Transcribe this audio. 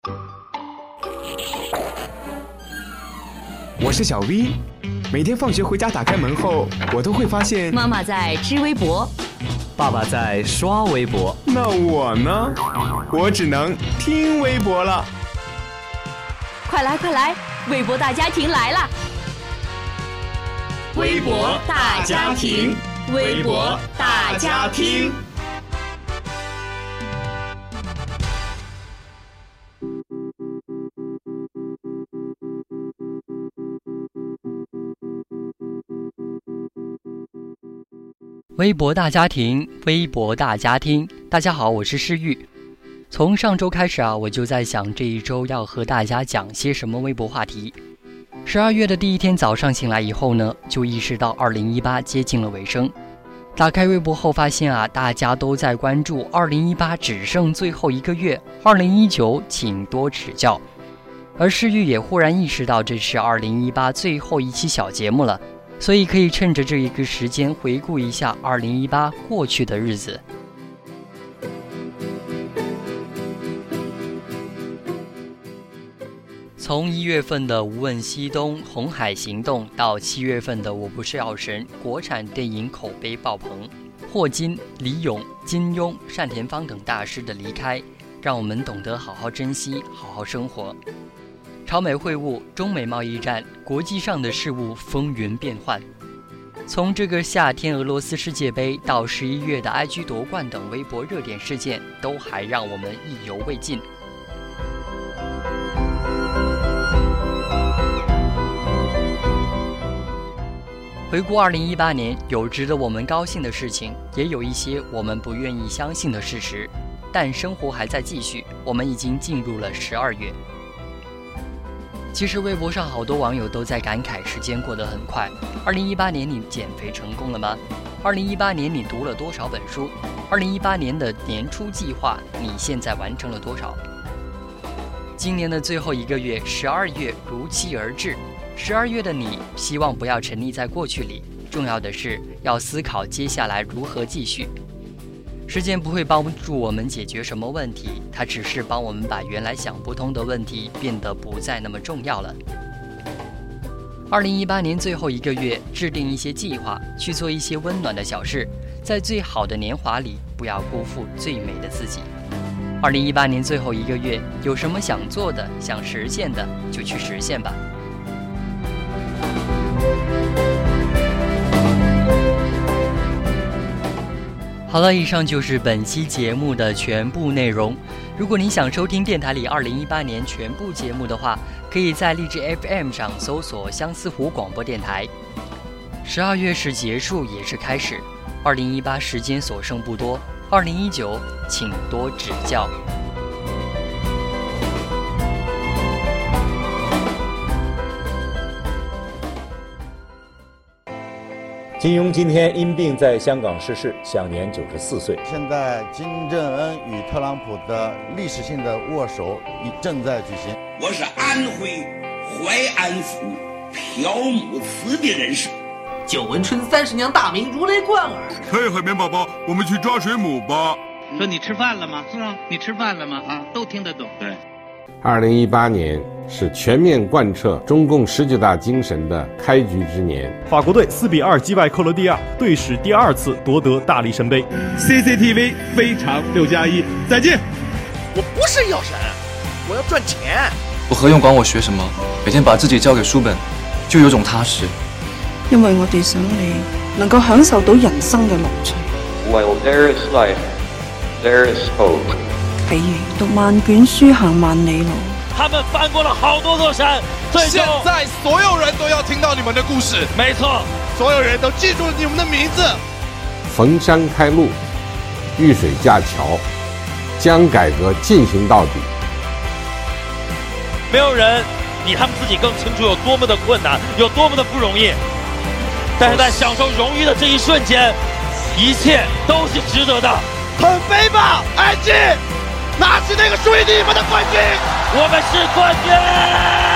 我是小 V， 每天放学回家打开门后，我都会发现妈妈在织微博， 爸爸在刷微博。 那我呢？我只能听微博了。 快来快来，微博大家庭来了！ 微博大家庭，微博大家庭。 微博大家庭，微博大家庭，大家好，我是诗玉。从上周开始我就在想这一周要和大家讲些什么微博话题。12月的第一天早上醒来以后呢，就意识到2018接近了尾声。打开微博后发现大家都在关注2018只剩最后一个月，2019请多指教。而诗玉也忽然意识到这是2018最后一期小节目了，所以可以趁着这一个时间回顾一下2018过去的日子。从1月份的无问西东、红海行动，到7月份的我不是药神，国产电影口碑爆棚，霍金、李咏、金庸、单田芳等大师的离开，让我们懂得好好珍惜，好好生活。朝美会晤、中美贸易战，国际上的事物风云变幻。从这个夏天俄罗斯世界杯到11月的 IG 夺冠等微博热点事件，都还让我们意犹未尽。回顾2018年，有值得我们高兴的事情，也有一些我们不愿意相信的事实，但生活还在继续，我们已经进入了12月。其实微博上好多网友都在感慨时间过得很快。2018年你减肥成功了吗？2018年你读了多少本书？2018年的年初计划你现在完成了多少？今年的最后一个月12月如期而至，12月的你希望不要沉溺在过去里，重要的是要思考接下来如何继续。时间不会帮助我们解决什么问题，它只是帮我们把原来想不通的问题变得不再那么重要了。2018年最后一个月，制定一些计划，去做一些温暖的小事，在最好的年华里，不要辜负最美的自己。2018年最后一个月，有什么想做的、想实现的，就去实现吧。好了，以上就是本期节目的全部内容。如果你想收听电台里2018年全部节目的话，可以在荔枝 FM 上搜索相思湖广播电台。12月是结束也是开始，2018时间所剩不多，2019请多指教。 金庸今天因病在香港逝世，享年94岁。 现在金正恩与特朗普的历史性的握手正在举行。 我是安徽淮安府朴木祠的人士。 久闻春30娘大名如雷贯耳。 嘿，海绵宝宝，我们去抓水母吧。 说你吃饭了吗？是啊，你吃饭了吗？都听得懂。 对。 2018年是全面贯彻中共19大精神的开局之年。 法国队4比2击败克罗地亚，队史第2次夺得大力神杯。 CCTV 非常6+1，再见。 我不是药神，我要赚钱。 我何用管我学什么？每天把自己交给书本，就有种踏实。 因為我哋想你能夠享受到人生嘅樂趣。 While there is life, there is hope. 比如讀萬卷書行萬里路。 他們翻過了好多座山， 現在所有人都要聽到你們的故事。 沒錯， 所有人都記住你們的名字。 逢山開路，遇水架橋，將改革進行到底。 沒有人比他們自己更清楚有多麼的困難，有多麼的不容易。但是在享受榮譽的這一瞬間，一切都是值得的。 很悲吧，愛情，拿起那個屬於你們的冠軍！ 我們是冠軍！